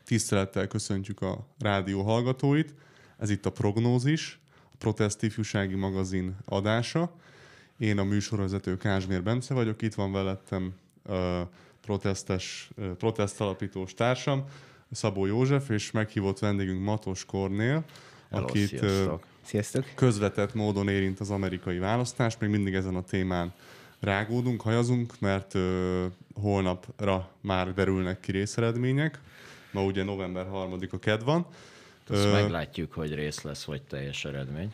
Tisztelettel köszöntjük a rádió hallgatóit. Ez itt a Prognózis, a Protest Ifjúsági Magazin adása. Én a műsorvezető Kázsmér Bence vagyok, itt van velettem protest alapítós társam, Szabó József, és meghívott vendégünk Matos Kornél, Hello, akit sziasztok. Közvetett módon érint az amerikai választás. Még mindig ezen a témán rágódunk, hajazunk, mert holnapra már derülnek ki részeredmények. Ma ugye november 3-a kedd van. Azt meglátjuk, hogy rész lesz, vagy teljes eredmény.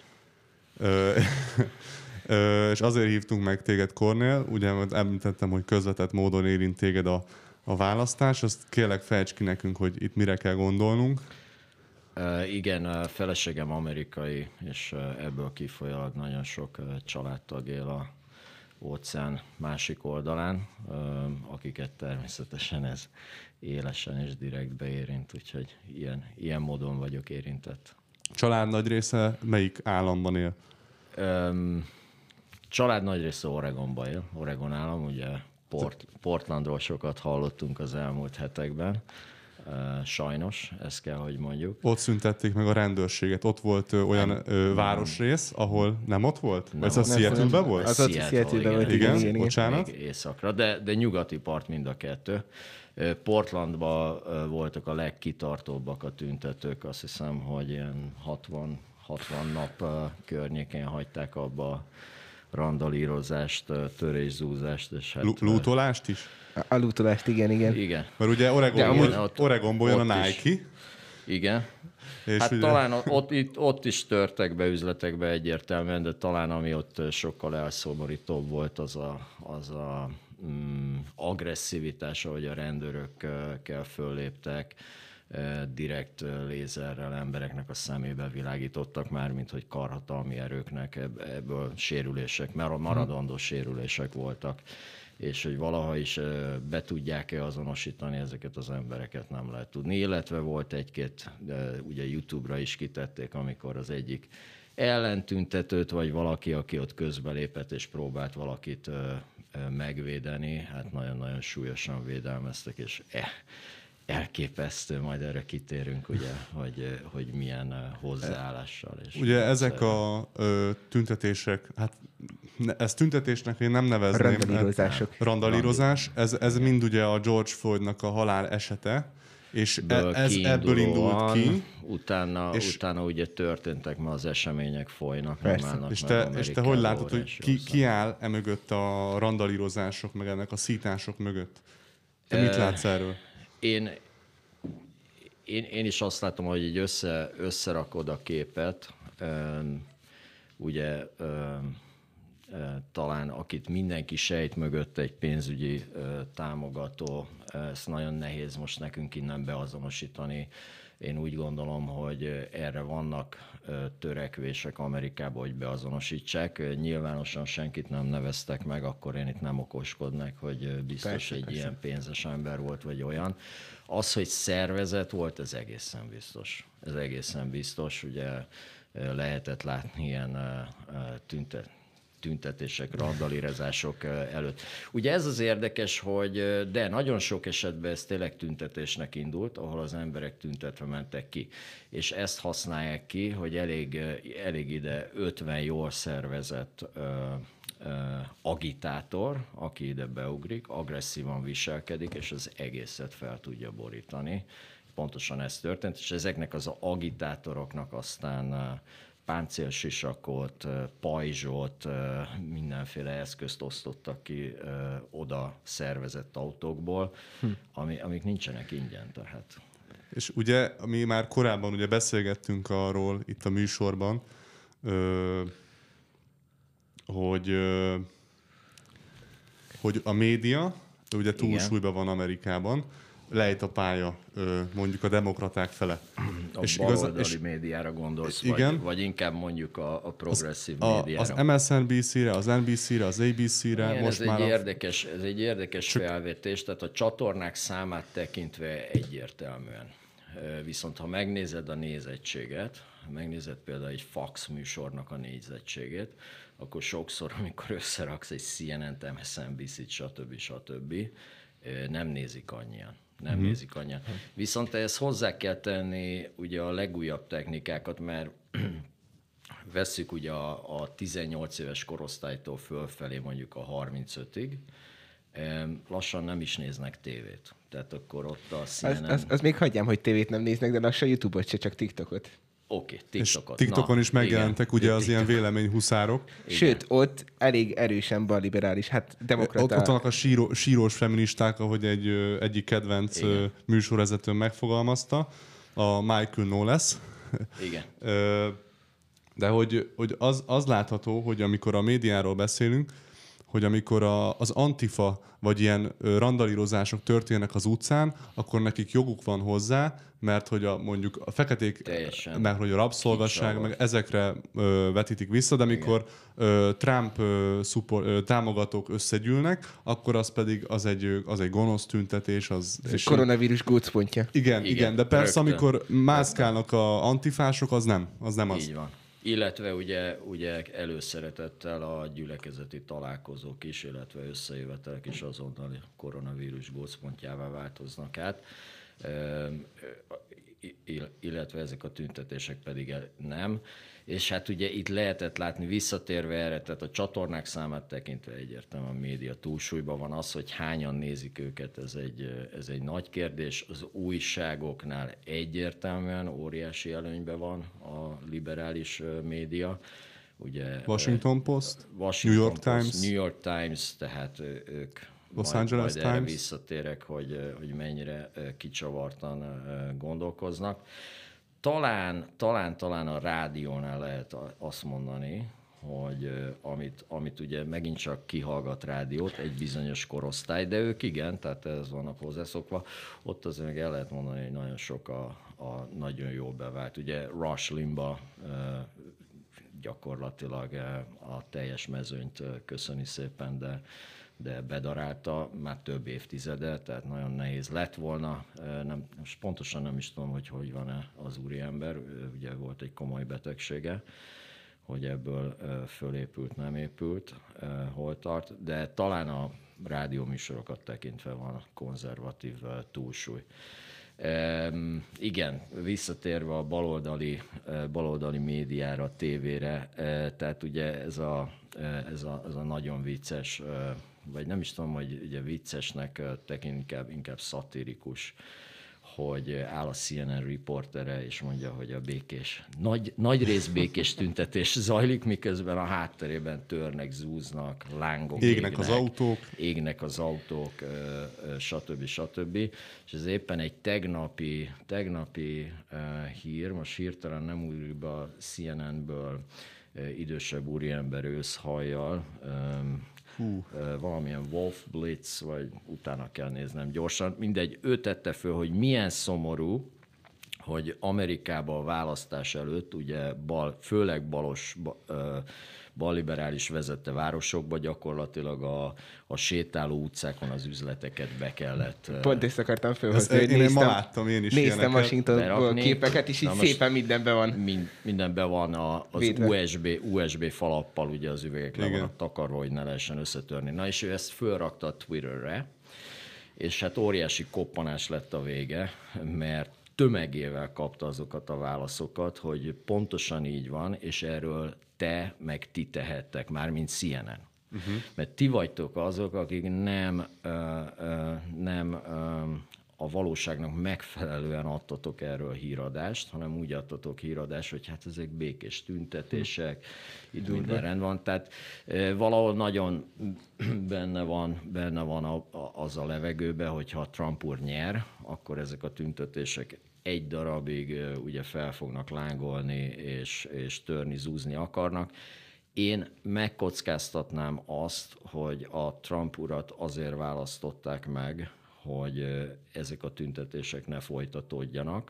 És azért hívtunk meg téged, Kornél, ugye említettem, hogy közvetett módon érint téged a választás. Azt kérlek fejtsd ki nekünk, hogy itt mire kell gondolnunk. Igen, a feleségem amerikai, és ebből kifolyólag nagyon sok családtag él a óceán másik oldalán, akiket természetesen ez élesen és direktbe érint, úgyhogy ilyen módon vagyok érintett. Család nagy része melyik államban él? Család nagy része Oregonban él, Oregon állam, ugye Portlandról sokat hallottunk az elmúlt hetekben. Sajnos, ezt kell, hogy mondjuk. Ott szüntették meg a rendőrséget. Ott volt olyan városrész, ahol nem ott volt? Vagy ez a Seattle-ben volt? Az Seattle-ben volt, igen, bocsánat. Még északra, de nyugati part mind a kettő. Portlandban voltak a legkitartóbbak a tüntetők, azt hiszem, hogy ilyen 60 nap környékén hagyták abba a randalírozást, törészúzást. És hát, lútolást is? A lútolást, igen. Mert ugye Oregonból jön a Nike. Is. Igen. És hát ugye... talán ott is törtek be üzletekbe egyértelműen, de talán ami ott sokkal elszomorítóbb volt, az a agresszivitás, ahogy a rendőrökkel fölléptek, direkt lézerrel embereknek a szemébe világítottak már, mint hogy karhatalmi erőknek ebből sérülések, mert maradandó sérülések voltak, és hogy valaha is be tudják-e azonosítani ezeket az embereket, nem lehet tudni. Illetve volt egy-két, ugye YouTube-ra is kitették, amikor az egyik ellentüntetőt, vagy valaki, aki ott közbelépett és próbált valakit megvédeni, hát nagyon-nagyon súlyosan védelmeztek, és elképesztő, majd erre kitérünk, ugye, hogy milyen hozzáállással. És ugye ezek a tüntetések, hát ezt tüntetésnek én nem nevezném. Randalírozás. Ez mind ugye a George Floydnak a halál esete, és ebből indult ki. Utána ugye történtek, ma az események folynak. És te hogy látod, hogy ki áll mögött a randalírozások, meg ennek a szítások mögött? Te mit látsz erről? Én is azt látom, hogy így összerakod a képet, ugye talán akit mindenki sejt mögött egy pénzügyi támogató, ezt nagyon nehéz most nekünk innen beazonosítani. Én úgy gondolom, hogy erre vannak törekvések Amerikában, hogy beazonosítsák. Nyilvánosan senkit nem neveztek meg, akkor én itt nem okoskodnak, hogy biztos persze. Ilyen pénzes ember volt, vagy olyan. Az, hogy szervezet volt, ez egészen biztos. Ugye lehetett látni ilyen tüntetések, randalírozások előtt. Ugye ez az érdekes, hogy de nagyon sok esetben ez tényleg tüntetésnek indult, ahol az emberek tüntetve mentek ki. És ezt használják ki, hogy elég ide 50 jól szervezett agitátor, aki ide beugrik, agresszívan viselkedik, és az egészet fel tudja borítani. Pontosan ez történt, és ezeknek az agitátoroknak aztán páncélsisakot, pajzsot, mindenféle eszközt osztottak ki oda szervezett autókból, amik nincsenek ingyen. Tehát. És ugye, mi már korábban ugye beszélgettünk arról itt a műsorban, hogy a média ugye túlsúlyban van Amerikában, lejt a pálya mondjuk a demokraták fele. A baloldali médiára gondolsz, vagy inkább mondjuk a progresszív médiára. Az MSNBC-re, az NBC-re, az ABC-re. Igen, most ez egy érdekes felvetés, tehát a csatornák számát tekintve egyértelműen. Viszont ha megnézed a nézettséget, megnézed például egy Fox műsornak a nézettségét, akkor sokszor, amikor összeraksz egy CNN-t, MSNBC-t, stb., nem nézik annyian. nem nézik annyian. Viszont ehhez hozzá kell tenni ugye a legújabb technikákat, mert vesszük ugye a 18 éves korosztálytól fölfelé mondjuk a 35-ig, lassan nem is néznek tévét. Tehát akkor ott a CNN... Az még hagyjám, hogy tévét nem néznek, de lassan YouTube-ot se, csak TikTokot. Oké, TikTokot. És TikTokon is megjelentek ugye az ilyen véleményhuszárok. Sőt, ott elég erősen balliberális, hát demokrata... Ott vannak a sírós feministák, ahogy egyik kedvenc műsorvezetőn megfogalmazta, a Michael Knowles. Igen. De hogy az látható, hogy amikor a médiáról beszélünk, hogy amikor az antifa vagy ilyen randalírozások történnek az utcán, akkor nekik joguk van hozzá, mert hogy mondjuk a feketék, teljesen. Mert hogy a rabszolgasság, meg ezekre vetítik vissza, de amikor Trump támogatók összegyűlnek, akkor az pedig az egy gonosz tüntetés. Ez egy koronavírus gócpontja. Igen, de persze, rögtön. Amikor mászkálnak a antifások, az nem az. Így van. Illetve ugye előszeretettel a gyülekezeti találkozók is, illetve összejövetelek is azonnal koronavírus gócpontjává változnak át, illetve ezek a tüntetések pedig nem. És hát ugye itt lehetett látni, visszatérve erre, tehát a csatornák számát tekintve egyértelműen a média túlsúlyban van. Az, hogy hányan nézik őket, ez egy nagy kérdés. Az újságoknál egyértelműen óriási előnyben van a liberális média. Ugye, Washington Post, New York Times, tehát ők Los Angeles majd Times. Erre visszatérek, hogy mennyire kicsavartan gondolkoznak. Talán a rádiónál lehet azt mondani, hogy amit ugye megint csak kihallgat rádiót, egy bizonyos korosztály, de ők igen, tehát ez vannak hozzászokva, ott azért meg el lehet mondani, hogy nagyon sok a nagyon jól bevált. Ugye Rush Limbaugh gyakorlatilag a teljes mezőnyt köszöni szépen, de bedarálta már több évtizede, tehát nagyon nehéz lett volna. Most pontosan nem is tudom, hogy van-e az úriember, ugye volt egy komoly betegsége, hogy ebből fölépült, nem épült, hol tart, de talán a rádióműsorokat tekintve van konzervatív túlsúly. Igen, visszatérve a baloldali médiára, tévére, tehát ugye ez a nagyon vicces, vagy nem is tudom, hogy ugye viccesnek tekint, inkább szatirikus, hogy áll a CNN riportere, és mondja, hogy a nagy rész békés tüntetés zajlik, miközben a hátterében törnek, zúznak, lángok égnek az autók, stb. És ez éppen egy tegnapi hír, most hirtelen nem ugrik be a CNN-ből, idősebb úriember őszhajjal, valamilyen Wolf Blitz, vagy utána kell néznem gyorsan. Mindegy, ő tette föl, hogy milyen szomorú, hogy Amerikában a választás előtt, ugye főleg balliberális vezette városokba gyakorlatilag a sétáló utcákon az üzleteket be kellett... Pont ezt akartam fölhozni, hogy én ma láttam én is néztem Washingtonból képeket, és így szépen mindenben van. Mindenben van az USB falappal, ugye az üvegek le vannak takarva, hogy ne lehessen összetörni. Na és ő ezt fölrakta a Twitterre, és hát óriási koppanás lett a vége, mert tömegével kapta azokat a válaszokat, hogy pontosan így van, és erről te meg ti tehettek, mármint CNN. Mert ti vagytok azok, akik nem a valóságnak megfelelően adtatok erről híradást, hanem úgy adtatok híradást, hogy hát ezek békés tüntetések, itt minden rend van. Tehát valahol nagyon benne van az a levegőben, hogyha Trump úr nyer, akkor ezek a tüntetések egy darabig ugye fel fognak lángolni, és törni, zúzni akarnak. Én megkockáztatnám azt, hogy a Trump urat azért választották meg, hogy ezek a tüntetések ne folytatódjanak.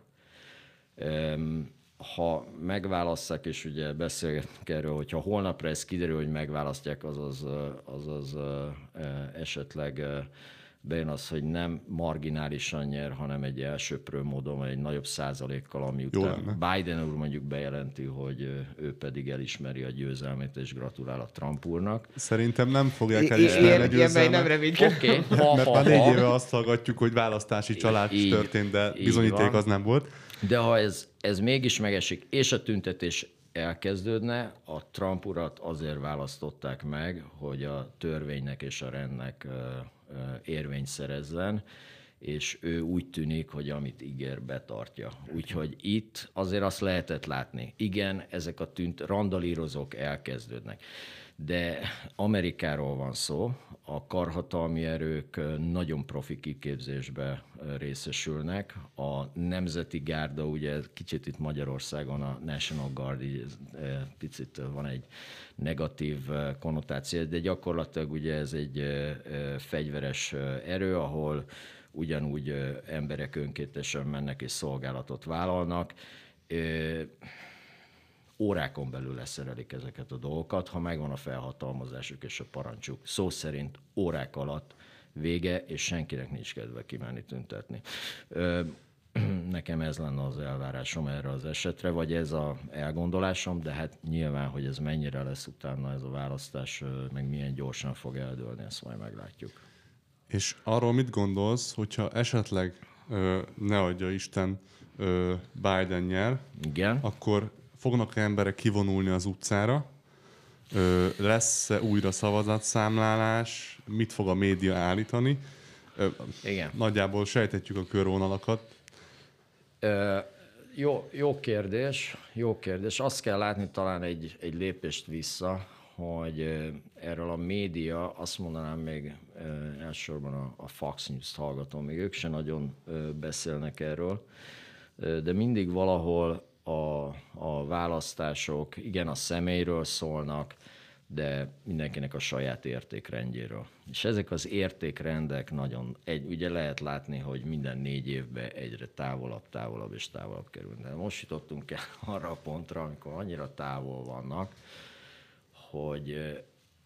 Ha megválasszák, és ugye beszélgetünk erről, hogyha holnapra ez kiderül, hogy megválasztják, azaz esetleg bejön az, hogy nem marginálisan nyer, hanem egy elsöprő módon, vagy egy nagyobb százalékkal, ami után Biden úr mondjuk bejelenti, hogy ő pedig elismeri a győzelmét, és gratulál a Trump úrnak. Szerintem nem fogják elismerni a győzelmet. Nem reménykedem. Okay. Mert már 4 éve azt hallgatjuk, hogy választási csalás történt, de bizonyíték az nem volt. De ha ez mégis megesik, és a tüntetés elkezdődne, a Trump urat azért választották meg, hogy a törvénynek és a rendnek érvényt szerezzen, és ő úgy tűnik, hogy amit ígér, betartja. Úgyhogy itt azért azt lehetett látni. Igen, ezek a randalírozók elkezdődnek. De Amerikáról van szó, a karhatalmi erők nagyon profi kiképzésbe részesülnek. A Nemzeti Gárda, ugye kicsit itt Magyarországon a National Guard, picit van egy negatív konnotáció, de gyakorlatilag ugye ez egy fegyveres erő, ahol ugyanúgy emberek önkéntesen mennek és szolgálatot vállalnak. Órákon belül leszerelik ezeket a dolgokat, ha megvan a felhatalmazásuk és a parancsuk. Szó szerint órák alatt vége, és senkinek nincs kedve kimenni tüntetni. Nekem ez lenne az elvárásom erre az esetre, vagy ez az elgondolásom, de hát nyilván, hogy ez mennyire lesz utána ez a választás, meg milyen gyorsan fog eldőlni, ezt majd meglátjuk. És arról mit gondolsz, hogyha esetleg, ne adja Isten, Biden nyer, igen, akkor fognak emberek kivonulni az utcára? Lesz újra szavazatszámlálás? Mit fog a média állítani? Igen. Nagyjából sejtetjük a körvonalakat. Jó kérdés. Azt kell látni talán egy lépést vissza, hogy erről a média, azt mondanám még elsősorban a Fox News-t hallgatom, még ők se nagyon beszélnek erről, de mindig valahol a választások, igen, a személyről szólnak, de mindenkinek a saját értékrendjéről. És ezek az értékrendek ugye lehet látni, hogy minden 4 évben egyre távolabb és távolabb kerülnek. De most jutottunk el arra a pontra, amikor annyira távol vannak, hogy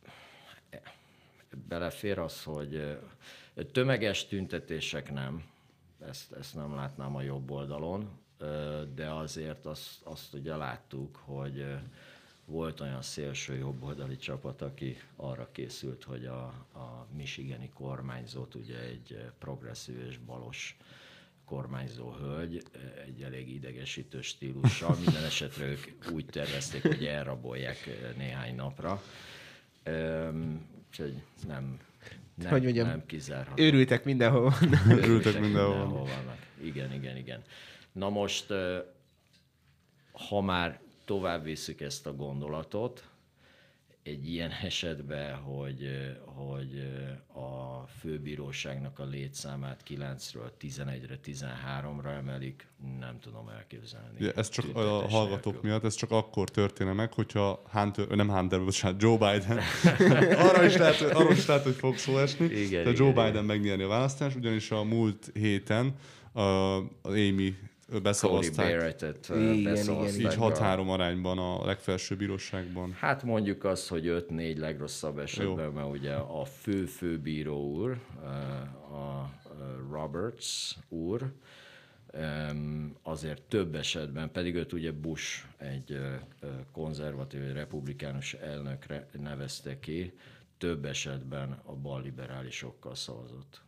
belefér az, hogy tömeges tüntetések nem, ezt nem látnám a jobb oldalon, de azért azt ugye láttuk, hogy volt olyan szélső jobboldali csapat, aki arra készült, hogy a michigani kormányzót, ugye egy progresszív és balos kormányzó hölgy, egy elég idegesítő stílussal, minden esetre ők úgy tervezték, hogy elrabolják néhány napra. Úgyhogy nem kizárható. Őrültek mindenhol. Őrültek mindenhol vannak. Igen. Na most, ha már tovább visszük ezt a gondolatot, egy ilyen esetben, hogy a főbíróságnak a létszámát 9-ről 11-re, 13-ra emelik, nem tudom elképzelni. Ja, ez csak a hallgatók miatt, ez csak akkor történne meg, hogyha Joe Biden, arra is lehet, hogy fog szó esni, de Joe Biden megnyerni a választást, ugyanis a múlt héten az Amy beszavazták. Így 6-3 arányban a legfelsőbb bíróságban. Hát mondjuk azt, hogy 5-4 legrosszabb esetben, mert ugye a főbíró úr, a Roberts úr, azért több esetben, pedig őt ugye Bush egy konzervatív, republikánus elnökre nevezte ki, több esetben a balliberálisokkal szavazott.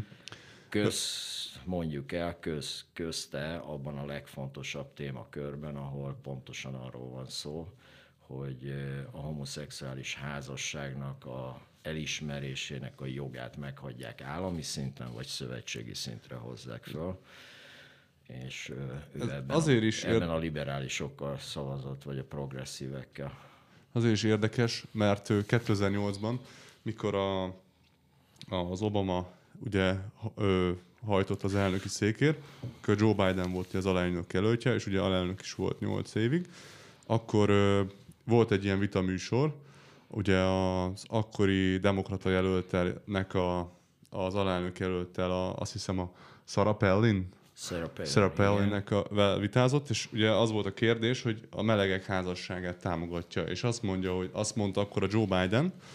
Közte abban a legfontosabb témakörben, ahol pontosan arról van szó, hogy a homoszexuális házasságnak a elismerésének a jogát meghagyják állami szinten, vagy szövetségi szintre hozzák föl. És ő ebben a liberálisokkal szavazott, vagy a progresszívekkel. Azért is érdekes, mert 2008-ban, mikor az Obama ugye hajtott az elnöki székért, akkor Joe Biden volt az alelnök jelöltje, és ugye alelnök is volt 8 évig, akkor volt egy ilyen vitaműsor, ugye az akkori demokrata jelöltelnek az alelnök jelölttel, azt hiszem a Sarah Palin-nek vitázott, és ugye az volt a kérdés, hogy a melegek házasságát támogatja, és azt mondta akkor a Joe Biden,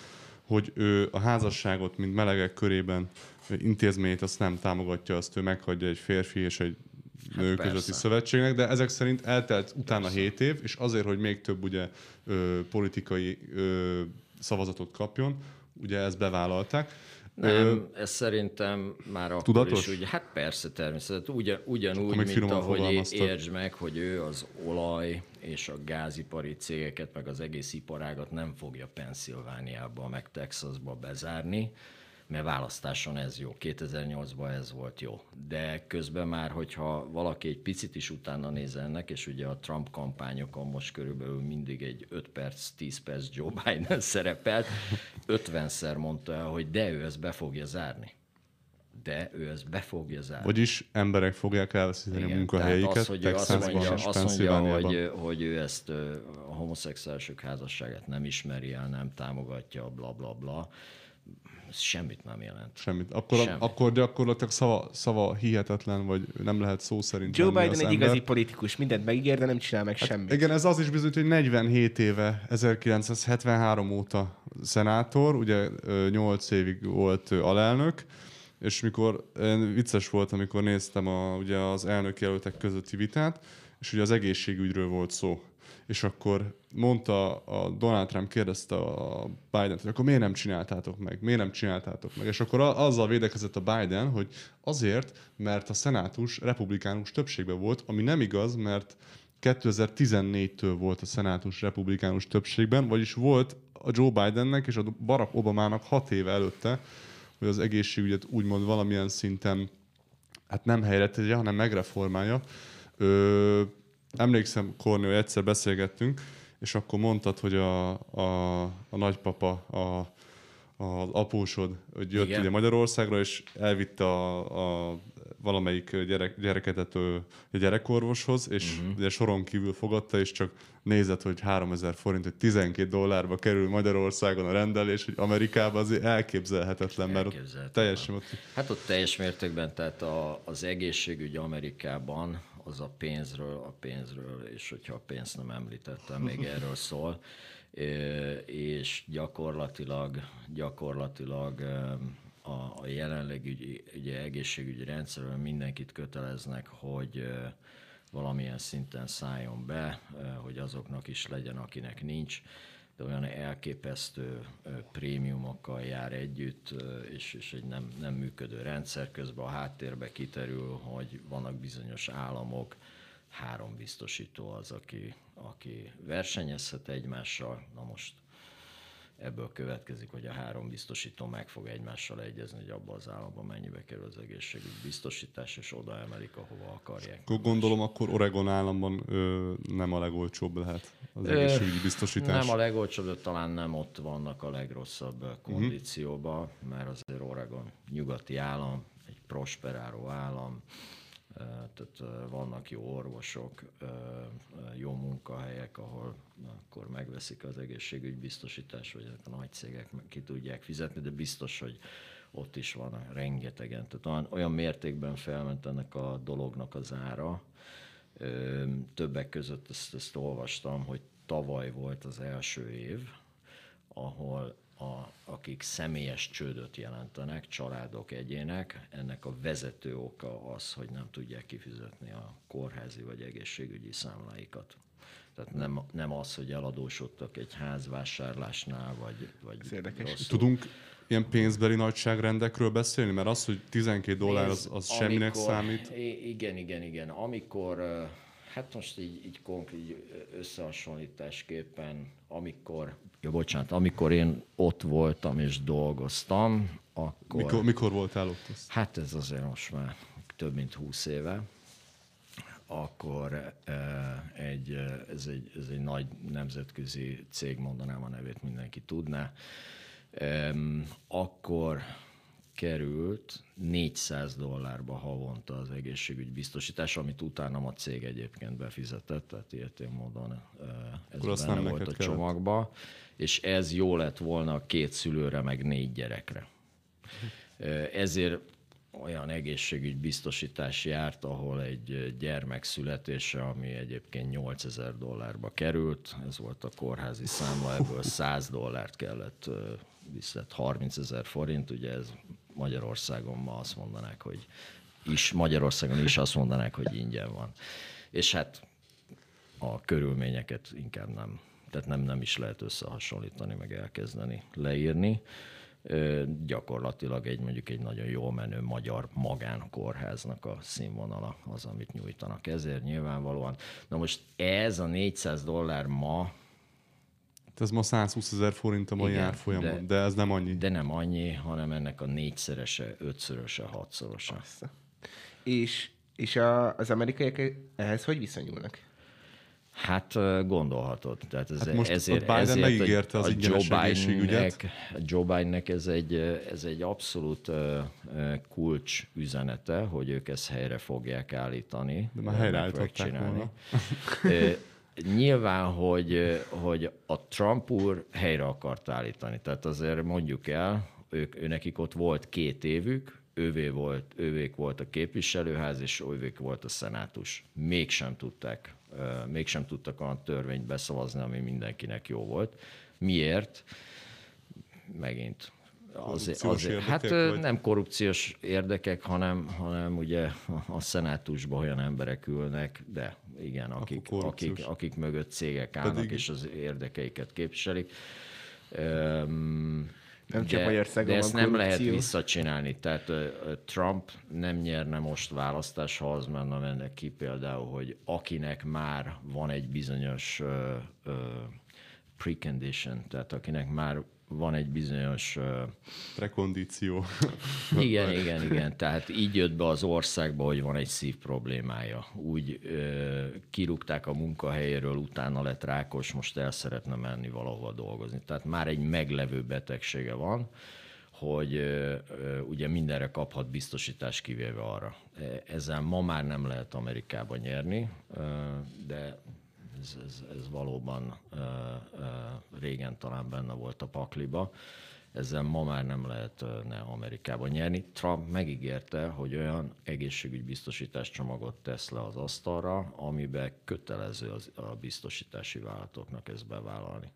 hogy ő a házasságot, mint melegek körében intézményt, azt nem támogatja, azt ő meghagyja egy férfi és egy nő közötti szövetségnek, de ezek szerint eltelt utána 7 év, és azért, hogy még több ugye politikai szavazatot kapjon, ugye ezt bevállalták. Nem, ez szerintem már akkor tudatos? is, ugye, hát persze, természetesen, ugyanúgy, mint ahogy értsd meg, hogy ő az olaj és a gázipari cégeket, meg az egész iparágat nem fogja Pennsylvániába, meg Texasba bezárni, mert választáson ez jó. 2008-ban ez volt jó. De közben már, hogyha valaki egy picit is utána néz ennek, és ugye a Trump kampányokon most körülbelül mindig egy 5 perc, 10 perc Joe Biden szerepelt, 50-szer mondta el, hogy de ő ezt be fogja zárni. De ő ezt be fogja zárni. Vagyis emberek fogják elveszíteni a munkahelyeiket. Az, hogy azt mondja, hogy ő ezt a homoszexuálisok házasságát nem ismeri el, nem támogatja, bla bla bla. Ez semmit nem jelent. Semmit. Akkor gyakorlatilag szava hihetetlen, vagy nem lehet szó szerint Joe Biden egy igazi politikus, mindent megígér, de nem csinál meg semmit. Igen, ez az is bizony, hogy 47 éve, 1973 óta szenátor, ugye 8 évig volt alelnök, és mikor vicces volt, amikor néztem ugye az elnök jelöltek közötti vitát, és ugye az egészségügyről volt szó. És akkor mondta, a Donald Trump kérdezte a Bident, hogy akkor miért nem csináltátok meg? És akkor azzal védekezett a Biden, hogy azért, mert a szenátus republikánus többségben volt, ami nem igaz, mert 2014-től volt a szenátus republikánus többségben, vagyis volt a Joe Bidennek és a Barack Obamának 6 éve előtte, hogy az egészségügyet úgymond valamilyen szinten hát nem helyre tegye, hanem megreformálja. Emlékszem, Korni, hogy egyszer beszélgettünk, és akkor mondtad, hogy a nagypapa, az apósod, hogy jött ugye Magyarországra, és elvitte a valamelyik gyereket a gyerekorvoshoz, és ugye soron kívül fogadta, és csak nézett, hogy 3000 forint, hogy $12 kerül Magyarországon a rendelés, hogy Amerikában azért elképzelhetetlen, mert ott teljesen... Hát ott teljes mértékben, tehát az egészségügy Amerikában az a pénzről, és hogyha a pénzt nem említettem, még erről szól, és gyakorlatilag a jelenlegi ugye, egészségügyi rendszerről mindenkit köteleznek, hogy valamilyen szinten szálljon be, hogy azoknak is legyen, akinek nincs, de olyan elképesztő prémiumokkal jár együtt, és egy nem működő rendszer. Közben a háttérbe kiterül, hogy vannak bizonyos államok, 3 biztosító az, aki versenyezhet egymással. Na most ebből következik, hogy a 3 biztosító meg fog egymással egyezni, hogy abban az államban mennyibe kerül az egészségügy biztosítás, és oda emelik, ahova akarják. Gondolom, akkor Oregon államban nem a legolcsóbb lehet az egészségügyi biztosítás. Nem a legolcsóbb, de talán nem ott vannak a legrosszabb kondícióban, mert azért Oregon nyugati állam, egy prosperáló állam, tehát vannak jó orvosok, jó munkahelyek, ahol akkor megveszik az egészségügy biztosítás, vagy a nagy cégek ki tudják fizetni, de biztos, hogy ott is van rengetegen. Tehát olyan mértékben felment ennek a dolognak az ára. Többek között ezt olvastam, hogy tavaly volt az első év, ahol akik személyes csődöt jelentenek, családok, egyének, ennek a vezető oka az, hogy nem tudják kifizetni a kórházi vagy egészségügyi számláikat. Tehát nem az, hogy eladósodtak egy házvásárlásnál, vagy rosszul. Tudunk ilyen pénzbeli nagyságrendekről beszélni? Mert az, hogy $12 az semminek számít. Igen. Amikor, hát most így konkrét összehasonlításképpen, amikor én ott voltam és dolgoztam, akkor... Mikor voltál ott? Hát ez azért most már több mint 20 éve. Akkor ez egy nagy nemzetközi cég, mondanám a nevét, mindenki tudná. Akkor került $400 havonta az egészségügy biztosítás, amit utána a cég egyébként befizetett, tehát ilyetén módon ez benne volt a csomagba, és ez jó lett volna 2 szülőre, meg 4 gyerekre. Ezért olyan egészségügybiztosítás járt, ahol egy gyermek születése, ami egyébként $8000 került, ez volt a kórházi számla, ebből $100 kellett viszont 30 000 forint, ugye ez Magyarországon ma azt mondanák, hogy Magyarországon is azt mondanák, hogy ingyen van. És hát a körülményeket inkább nem, tehát nem is lehet összehasonlítani, meg elkezdeni leírni. Gyakorlatilag mondjuk egy nagyon jól menő magyar magánkórháznak a színvonala az, amit nyújtanak ezért nyilvánvalóan. Na most ez a $400 ma... Ez ma 120 000 forint a mai árfolyamon, de ez nem annyi. De nem annyi, hanem ennek a 4-szerese, 5-szöröse, 6-szorosa. És az amerikaiak ehhez hogy viszonyulnak? Hát gondolhatod. Tehát hát most ezért megígérte az ingyenes egészségügyet. Joe Bidennek ez egy abszolút kulcs üzenete, hogy ők ezt helyre fogják állítani. De már helyreállították volna. Nyilván, hogy a Trump úr helyre akart állítani. Tehát azért mondjuk el, nekik ott volt 2 évük, ővék volt a képviselőház, és ővék volt a szenátus. Mégsem tudtak olyan törvényt beszavazni, ami mindenkinek jó volt. Miért? Megint. Azért, hát vagy? Nem korrupciós érdekek, hanem ugye a szenátusban olyan emberek ülnek, de igen, akik mögött cégek állnak, és az érdekeiket képviselik. De ezt nem lehet visszacsinálni. Tehát Trump nem nyerne most választás, ha az menne ki például, hogy akinek már van egy bizonyos precondition, tehát akinek már van egy bizonyos... Prekondíció. Igen. Tehát így jött be az országba, hogy van egy szív problémája. Úgy kirúgták a munkahelyéről, utána lett rákos, most el szeretne menni valahova dolgozni. Tehát már egy meglevő betegsége van, hogy ugye mindenre kaphat biztosítást kivéve arra. Ezzel ma már nem lehet Amerikában nyerni, de... Ez valóban régen talán benne volt a pakliba. Ezzel ma már nem lehet Amerikában nyerni. Trump megígérte, hogy olyan egészségügybiztosítás csomagot tesz le az asztalra, amiben kötelező a biztosítási vállalatoknak ezt bevállalni.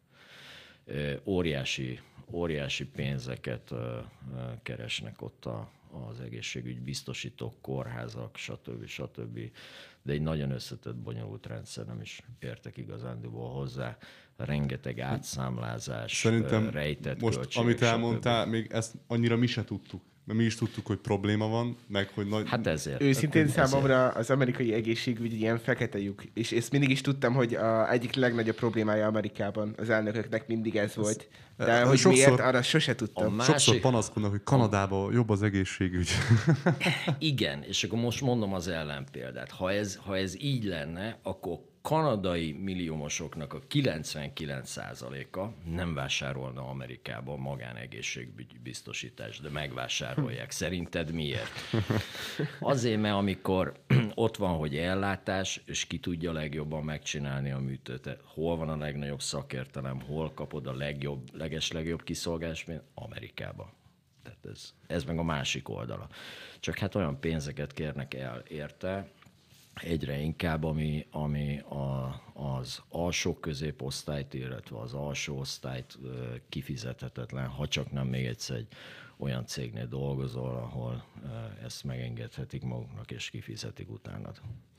Óriási pénzeket keresnek ott az egészségügybiztosítók, kórházak, stb. De egy nagyon összetett, bonyolult rendszer, nem is értek igazándiból hozzá. Rengeteg átszámlázás, szerintem rejtett most, költségek, amit elmondtál, még ezt annyira mi se tudtuk. Mert mi is tudtuk, hogy probléma van, meg hogy nagy... Hát ezért. Őszintén számomra az amerikai egészségügy ilyen fekete lyuk. És ezt mindig is tudtam, hogy egyik legnagyobb problémája Amerikában az elnököknek mindig ez volt. De hogy miért, arra sose tudtam. Sokszor panaszkodnak, hogy Kanadában jobb az egészségügy. Igen, és akkor most mondom az ellenpéldát. Ha ez így lenne, akkor kanadai milliómosoknak a 99%-a nem vásárolna Amerikában magánegészségbiztosítást, de megvásárolják. Szerinted miért? Azért, mert amikor ott van, hogy ellátás, és ki tudja legjobban megcsinálni a műtőt, hol van a legnagyobb szakértelem, hol kapod a legeslegjobb kiszolgálást, Amerikában. Tehát ez meg a másik oldala. Csak hát olyan pénzeket kérnek el érte, egyre inkább, ami az alsó középosztályt, illetve az alsó osztályt kifizethetetlen, ha csak nem még egyszer egy olyan cégnél dolgozol, ahol ezt megengedhetik maguknak, és kifizetik utánad.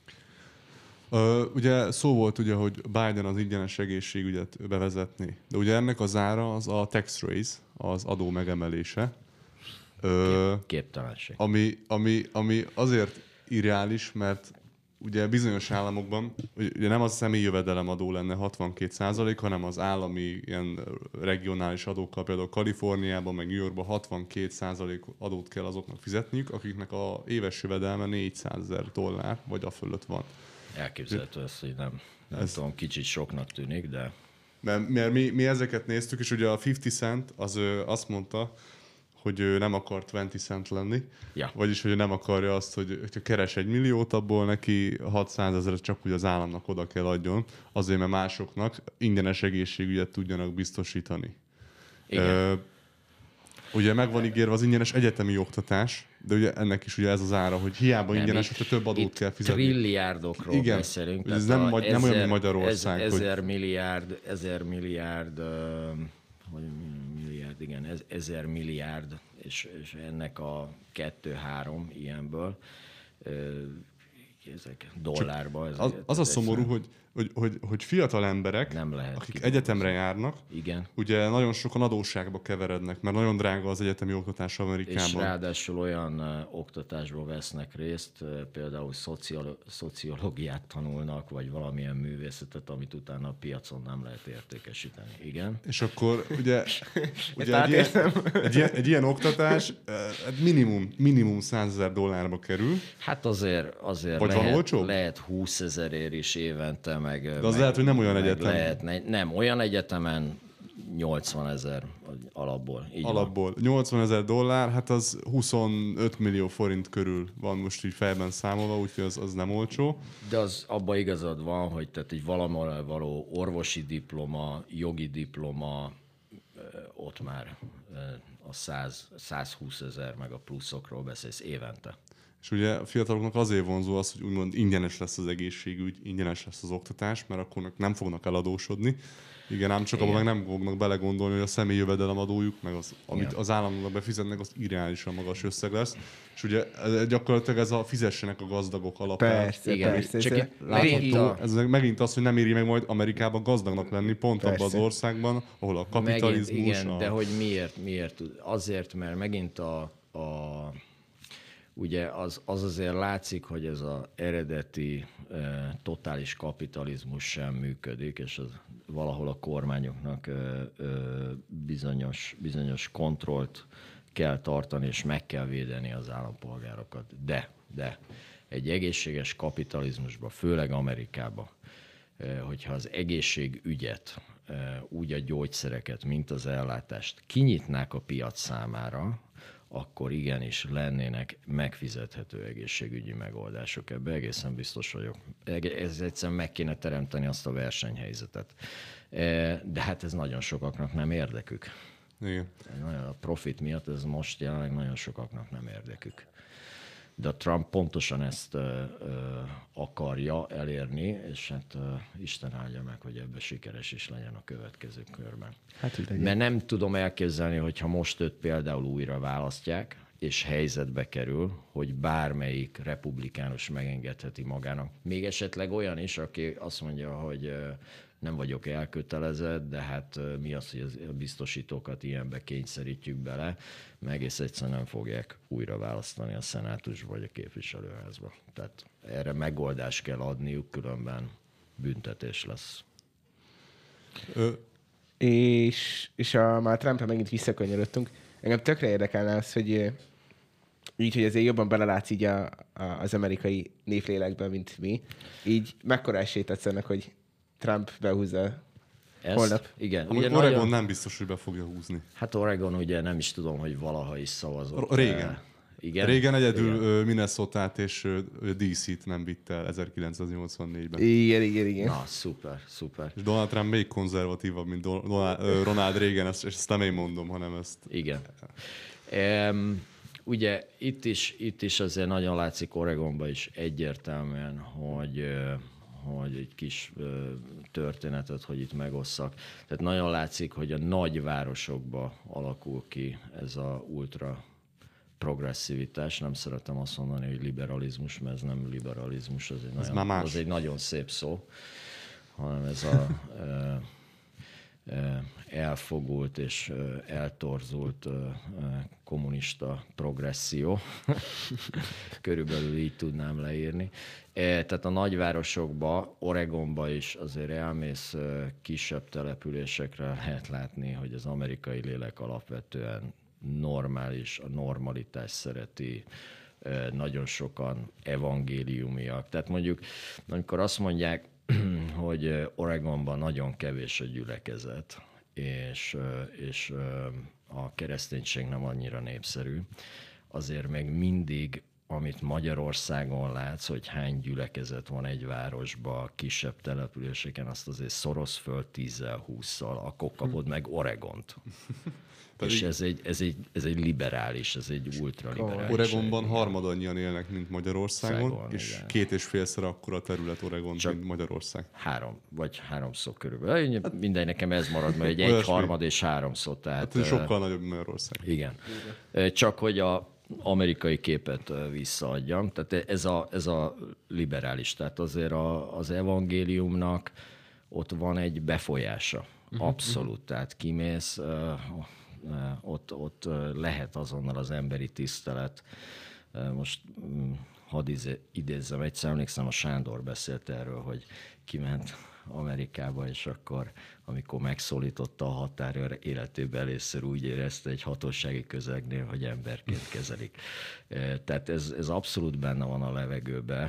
Ugye szó volt, ugye, hogy Biden az ingyenes egészségügyet bevezetni, de ugye ennek az ára az a tax raise, az adó megemelése. Képtelenség. Ami azért irreális, mert ugye bizonyos államokban ugye nem az személyi jövedelemadó lenne 62%, hanem az állami ilyen regionális adókkal, például Kaliforniában, meg New Yorkban 62% adót kell azoknak fizetniük, akiknek a éves jövedelme $400,000 vagy a fölött van. Elképzelhető ez, hogy nem tudom, kicsit soknak tűnik, de... Mert mi ezeket néztük, és ugye a 50 Cent az azt mondta, hogy ő nem akar 20 cent lenni, ja. Vagyis, hogy nem akarja azt, hogyha keres $1 milliót, abból neki 600,000 csak úgy az államnak oda kell adjon, azért, mert másoknak ingyenes egészségügyet tudjanak biztosítani. Igen. Ugye meg van ígérve az ingyenes egyetemi oktatás, de ugye ennek is ugye ez az ára, hogy hiába nem, ingyenes, hogy több adót kell fizetni. Trilliárdokról beszélünk. Ez nem olyan, mint Magyarország. Ezer milliárd, igen, 1000 milliárd, és ennek a 2-3 ilyenből, ezek dollárba. Az a szomorú, hogy fiatal emberek, akik egyetemre járnak, igen. ugye nagyon sokan adósságba keverednek, mert nagyon drága az egyetemi oktatás Amerikában. És ráadásul olyan oktatásba vesznek részt, például szociológiát tanulnak, vagy valamilyen művészetet, amit utána a piacon nem lehet értékesíteni. Igen. És akkor ugye egy ilyen oktatás minimum $100,000 kerül. Hát azért lehet 20 000 is évente, de az lehet, hogy nem olyan egyetem. Nem, olyan egyetemen 80 000 alapból. Alapból. $80,000, hát az 25 millió forint körül van most így fejben számolva, úgyhogy az nem olcsó. De az abban igazad van, hogy tehát egy valamire való orvosi diploma, jogi diploma, ott már a 120 000 meg a pluszokról beszélsz évente. És ugye a fiataloknak azért vonzó az, hogy úgymond ingyenes lesz az egészségügy, ingyenes lesz az oktatás, mert akkor nem fognak eladósodni. Igen, ám csak abban meg nem fognak belegondolni, hogy a személyi jövedelemadójuk, meg amit az államnak befizetnek, az irreálisan magas összeg lesz. És ugye gyakorlatilag ez a fizessenek a gazdagok alapján. Persze. Csak látható, ez megint az, hogy nem éri meg majd Amerikában gazdagnak lenni, pont abban az országban, ahol a kapitalizmus... Megint, igen, de hogy miért? Azért, mert megint ugye az azért látszik, hogy ez az eredeti totális kapitalizmus sem működik, és az valahol a kormányoknak bizonyos kontrollt kell tartani, és meg kell védeni az állampolgárokat. De egy egészséges kapitalizmusban, főleg Amerikában, hogyha az egészségügyet, úgy a gyógyszereket, mint az ellátást kinyitnák a piac számára, akkor igenis lennének megfizethető egészségügyi megoldások. Ebben egészen biztos vagyok. Ez egyszerűen meg kéne teremteni azt a versenyhelyzetet. De hát ez nagyon sokaknak nem érdekük. Igen. A profit miatt ez most jelenleg nagyon sokaknak nem érdekük. De a Trump pontosan ezt akarja elérni, és hát Isten áldja meg, hogy ebben sikeres is legyen a következő körben. Hát, mert nem tudom elképzelni, hogyha most őt például újra választják, és helyzetbe kerül, hogy bármelyik republikánus megengedheti magának. Még esetleg olyan is, aki azt mondja, hogy nem vagyok elkötelezett, de hát mi az, hogy a biztosítókat ilyenbe kényszerítjük bele, meg egész egyszerűen nem fogják újra választani a szenátusba vagy a képviselőházba. Tehát erre megoldást kell adniuk, különben büntetés lesz. És már Trumpra megint visszakanyarodtunk. Engem tökre érdekelne az, hogy így, hogy azért jobban belelátsz így az amerikai néplélekben, mint mi. Így mekkora esélyt adsz ennek, hogy Trump behúzza holnap? Igen. Ugye Oregon nem biztos, hogy be fogja húzni. Hát Oregon ugye nem is tudom, hogy valaha is szavazott. Régen. Igen? Régen egyedül Minnesotát és DC-t nem vitt el 1984-ben. Igen. Na, szuper. És Donald Trump még konzervatívabb, mint Ronald Reagan, és ezt nem én mondom, hanem ezt... Igen. Ugye itt is azért nagyon látszik Oregonban is egyértelműen, hogy egy kis történetet, hogy itt megosszak. Tehát nagyon látszik, hogy a nagyvárosokban alakul ki ez a ultra progresszivitás. Nem szeretem azt mondani, hogy liberalizmus, mert ez nem liberalizmus, az egy nagyon szép szó, hanem ez a elfogult és eltorzult kommunista progresszió. Körülbelül így tudnám leírni. Tehát a nagyvárosokba, Oregonba is azért elmész kisebb településekre, lehet látni, hogy az amerikai lélek alapvetően normális, a normalitás szereti, nagyon sokan evangéliumiak. Tehát mondjuk, amikor azt mondják, hogy Oregonban nagyon kevés a gyülekezet, és a kereszténység nem annyira népszerű, azért még mindig amit Magyarországon látsz, hogy hány gyülekezet van egy városban, kisebb településeken, azt azért szoroz föl 10-20-szal, akkor kapod meg Oregont. És ez egy liberális, ez egy ultraliberális. Oregonban harmadannyian élnek, mint Magyarországon, és igen. 2,5-szer akkora terület Oregon, mint Magyarország. 3-szor körülbelül. Mindegy, nekem ez marad, mert egy harmad és 3-szor. Tehát, hát sokkal nagyobb Magyarország. Igen. Csak hogy a amerikai képet visszaadjam, tehát ez a liberális, tehát azért az evangéliumnak ott van egy befolyása. Abszolút, tehát kimész, ott lehet azonnal az emberi tisztelet. Most hadd idézzem, egyszer emlékszem, a Sándor beszélt erről, hogy kiment Amerikába, és akkor, amikor megszólította a határőr, életében először úgy érezte egy hatósági közegnél, hogy emberként kezelik. Tehát ez abszolút benne van a levegőben,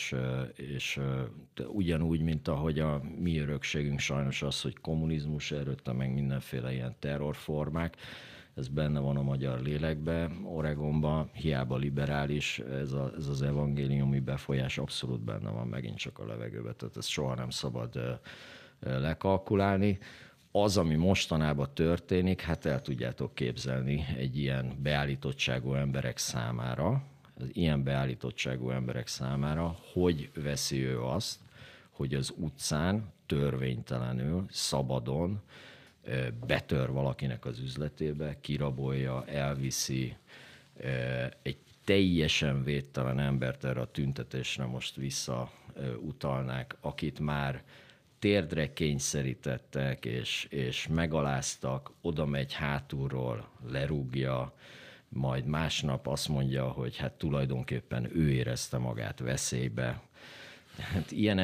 és ugyanúgy, mint ahogy a mi örökségünk sajnos az, hogy kommunizmus előtte, meg mindenféle ilyen terrorformák, ez benne van a magyar lélekben, Oregonban, hiába liberális, ez az evangéliumi befolyás abszolút benne van megint csak a levegőben, tehát ezt soha nem szabad lekalkulálni. Az, ami mostanában történik, hát el tudjátok képzelni egy ilyen beállítottságú emberek számára, az ilyen beállítottságú emberek számára, hogy veszi ő azt, hogy az utcán törvénytelenül, szabadon betör valakinek az üzletébe, kirabolja, elviszi egy teljesen védtelen embert, erre a tüntetésre most visszautalnák, akit már térdre kényszerítettek, és megaláztak, oda megy hátulról, lerúgja, majd másnap azt mondja, hogy hát tulajdonképpen ő érezte magát veszélybe. Hát ilyen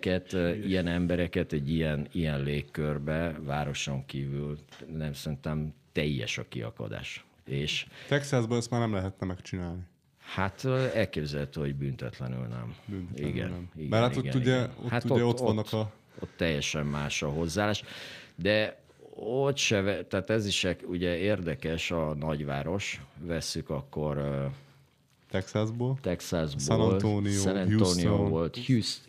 embereket egy ilyen légkörbe, városon kívül nem szerintem teljes a kiakadás. És Texasban ezt már nem lehetne megcsinálni. Hát elképzelhető, hogy büntetlenül nem. Igen. Mert hát ott vannak ott teljesen más a hozzáállás. De ott se, tehát ez is ugye érdekes, a nagyváros, vesszük akkor Texasból, San Antonio Houston. volt,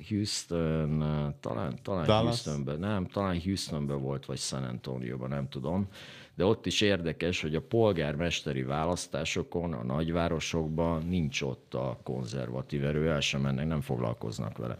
Houston, talán Houstonben, nem, talán Houstonben volt, vagy San Antonioban, nem tudom. De ott is érdekes, hogy a polgármesteri választásokon, a nagyvárosokban nincs ott a konzervatív erő, el sem mennek, nem foglalkoznak vele.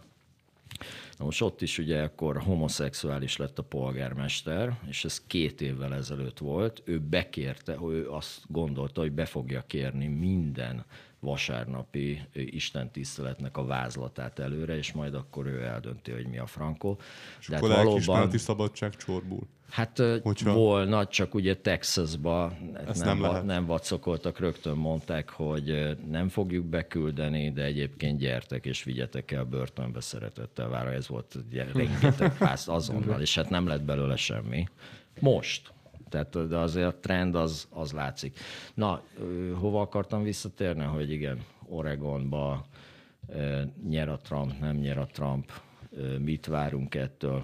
Na most ott is ugye akkor homoszexuális lett a polgármester, és ez 2 évvel ezelőtt volt. Ő bekérte, ő azt gondolta, hogy be fogja kérni minden vasárnapi istentiszteletnek a vázlatát előre, és majd akkor ő eldönti, hogy mi a frankó. És akkor lelkiismereti szabadság csorbul. Hát volna, csak ugye Texasba nem vacokoltak, rögtön mondták, hogy nem fogjuk beküldeni, de egyébként gyertek és vigyetek el börtönbe szeretettel várva. Ez volt rengeteg ház azonnal, és hát nem lett belőle semmi. Most. Tehát, de azért a trend az látszik. Na, hova akartam visszatérni, hogy igen, Oregonba nyer a Trump, nem nyer a Trump, mit várunk ettől?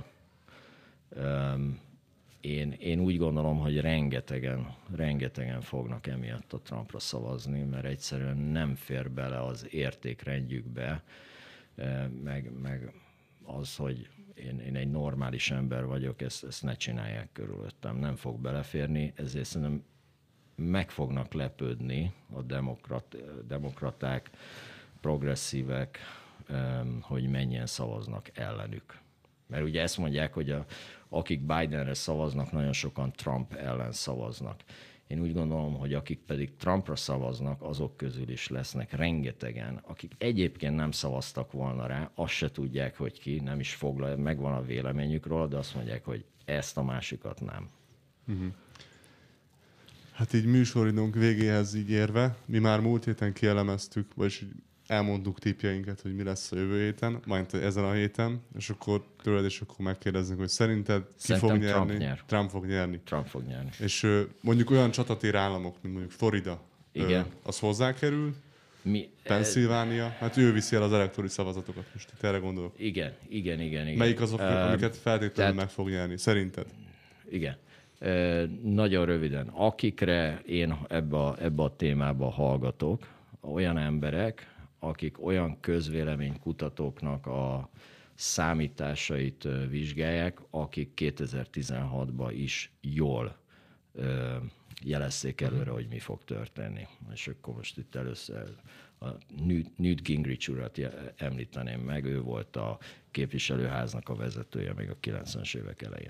Én úgy gondolom, hogy rengetegen fognak emiatt a Trumpra szavazni, mert egyszerűen nem fér bele az értékrendjükbe, meg az, hogy én egy normális ember vagyok, ezt ne csinálják körülöttem, nem fog beleférni, ezért szerintem meg fognak lepődni a demokraták, progresszívek, hogy mennyien szavaznak ellenük. Mert ugye ezt mondják, hogy akik Bidenre szavaznak, nagyon sokan Trump ellen szavaznak. Én úgy gondolom, hogy akik pedig Trumpra szavaznak, azok közül is lesznek rengetegen, akik egyébként nem szavaztak volna rá, azt se tudják, hogy ki, nem is foglalja, megvan a véleményük róla, de azt mondják, hogy ezt a másikat nem. Uh-huh. Hát így műsoridőnk végéhez így érve, mi már múlt héten kielemeztük, vagyis elmondtuk tippjeinket, hogy mi lesz a jövő héten, majd ezen a héten, és akkor tőled és akkor megkérdeznek, hogy szerinted ki fog nyerni? Trump fog nyerni. Trump fog nyerni. És mondjuk olyan csatatér államok, mint mondjuk Florida, az hozzákerül, Pennsylvania, hát ő viszi el az elektori szavazatokat, most itt erre gondolok. Igen. Melyik azok, amiket feltétlenül meg fog nyerni, szerinted? Igen. Nagyon röviden. Akikre én ebbe a témába hallgatok, olyan emberek, akik olyan közvéleménykutatóknak a számításait vizsgálják, akik 2016-ban is jól jelezték előre, hogy mi fog történni. És akkor most itt először a Newt Gingrich urat említeném meg, ő volt a képviselőháznak a vezetője még a 90-es évek elején.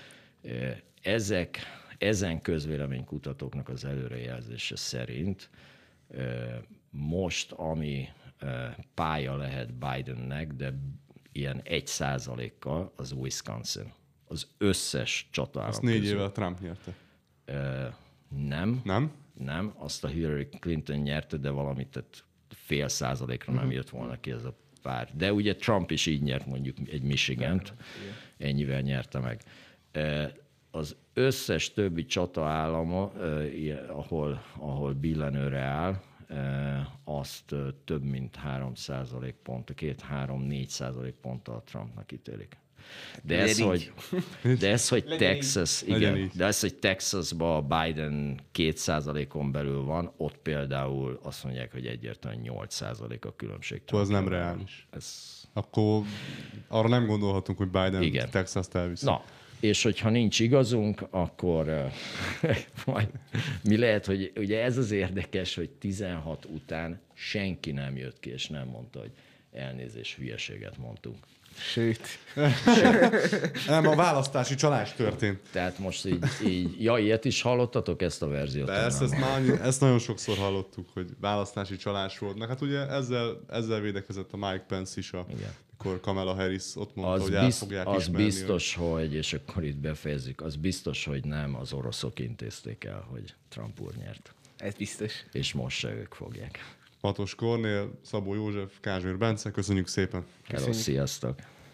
Ezen közvéleménykutatóknak az előrejelzése szerint most, ami pálya lehet Bidennek, de ilyen 1%-kal az Wisconsin. Az összes csataállam azt 4 évvel Trump nyerte. Nem. Nem? Nem, azt a Hillary Clinton nyerte, de valamit, tehát 0,5%-ra nem jött volna ki ez a pár. De ugye Trump is így nyert mondjuk egy Michigant, ennyivel nyerte meg. Az összes többi csataállama, ahol billenőre áll, azt több mint 3% pont, 2-3-4% ponttal Trumpnak ítélik. De ez, hogy Texas, igen, de ez, hogy Texasban Biden 2%-on belül van, ott például azt mondják, hogy egyértelműen 8% a különbség. Akkor az nem reális. Akkor arra nem gondolhatunk, hogy Biden Texast elviszi. Na, és hogyha nincs igazunk, akkor majd mi lehet, hogy ugye ez az érdekes, hogy 16 után senki nem jött ki, és nem mondta, hogy elnézést, hülyeséget mondtunk. Sőt. Nem, a választási csalás történt. Tehát most így ilyet is hallottatok, ezt a verziót? Ezt nagyon sokszor hallottuk, hogy választási csalás volt. Hát ugye ezzel védekezett a Mike Pence is, amikor Kamala Harris ott mondta, hogy el fogják ismerni. Az biztos, hogy, és akkor itt befejezzük, az biztos, hogy nem az oroszok intézték el, hogy Trump úr nyert. Ez biztos. És most se ők fogják. Matos Kornél, Szabó József, Kázsmér Bence, köszönjük szépen. Hello, sziasztok!